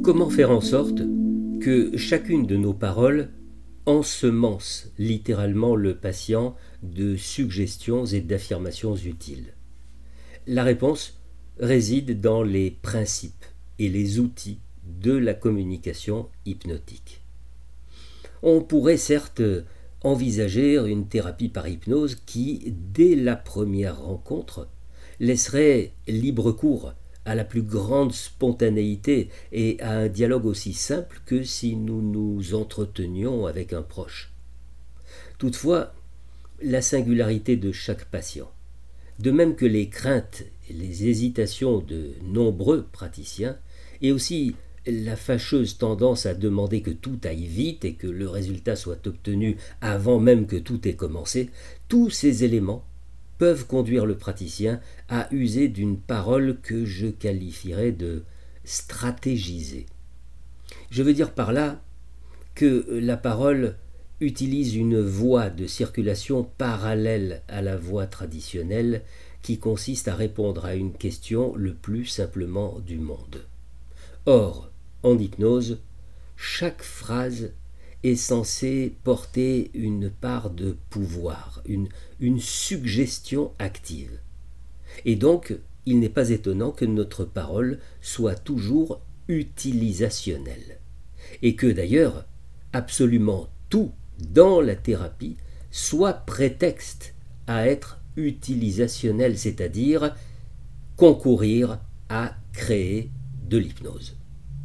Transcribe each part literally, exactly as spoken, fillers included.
Comment faire en sorte que chacune de nos paroles ensemence littéralement le patient de suggestions et d'affirmations utiles? La réponse réside dans les principes et les outils de la communication hypnotique. On pourrait certes envisager une thérapie par hypnose qui, dès la première rencontre, laisserait libre cours à la plus grande spontanéité et à un dialogue aussi simple que si nous nous entretenions avec un proche. Toutefois, la singularité de chaque patient, de même que les craintes et les hésitations de nombreux praticiens, et aussi la fâcheuse tendance à demander que tout aille vite et que le résultat soit obtenu avant même que tout ait commencé, tous ces éléments peuvent conduire le praticien à user d'une parole que je qualifierais de stratégisée. Je veux dire par là que la parole utilise une voie de circulation parallèle à la voie traditionnelle qui consiste à répondre à une question le plus simplement du monde. Or, en hypnose, chaque phrase est censée porter une part de pouvoir, une, une suggestion active. Et donc, il n'est pas étonnant que notre parole soit toujours utilisationnelle. Et que d'ailleurs, absolument tout dans la thérapie soit prétexte à être utilisationnel, c'est-à-dire concourir à créer de l'hypnose.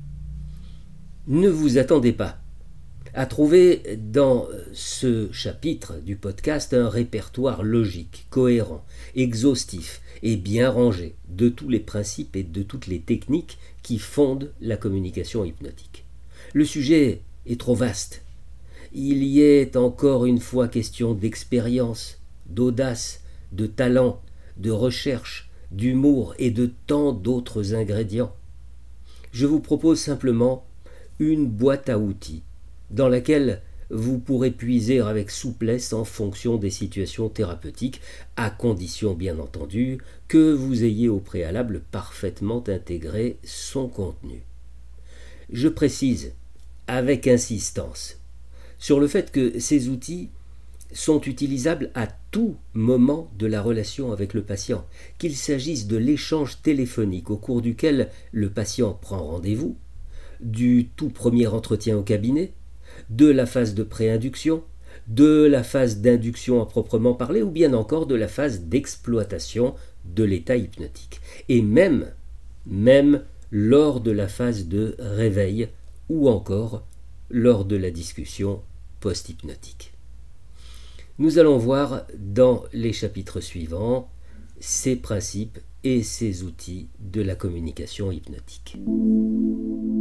Ne vous attendez pas à trouver dans ce chapitre du podcast un répertoire logique, cohérent, exhaustif et bien rangé de tous les principes et de toutes les techniques qui fondent la communication hypnotique. Le sujet est trop vaste. Il y est encore une fois question d'expérience, d'audace, de talent, de recherche, d'humour et de tant d'autres ingrédients. Je vous propose simplement une boîte à outils dans laquelle vous pourrez puiser avec souplesse en fonction des situations thérapeutiques, à condition bien entendu que vous ayez au préalable parfaitement intégré son contenu. Je précise avec insistance sur le fait que ces outils sont utilisables à tout moment de la relation avec le patient, qu'il s'agisse de l'échange téléphonique au cours duquel le patient prend rendez-vous, du tout premier entretien au cabinet, de la phase de pré-induction, de la phase d'induction à proprement parler, ou bien encore de la phase d'exploitation de l'état hypnotique, et même, même lors de la phase de réveil, ou encore lors de la discussion post-hypnotique. Nous allons voir dans les chapitres suivants ces principes et ces outils de la communication hypnotique.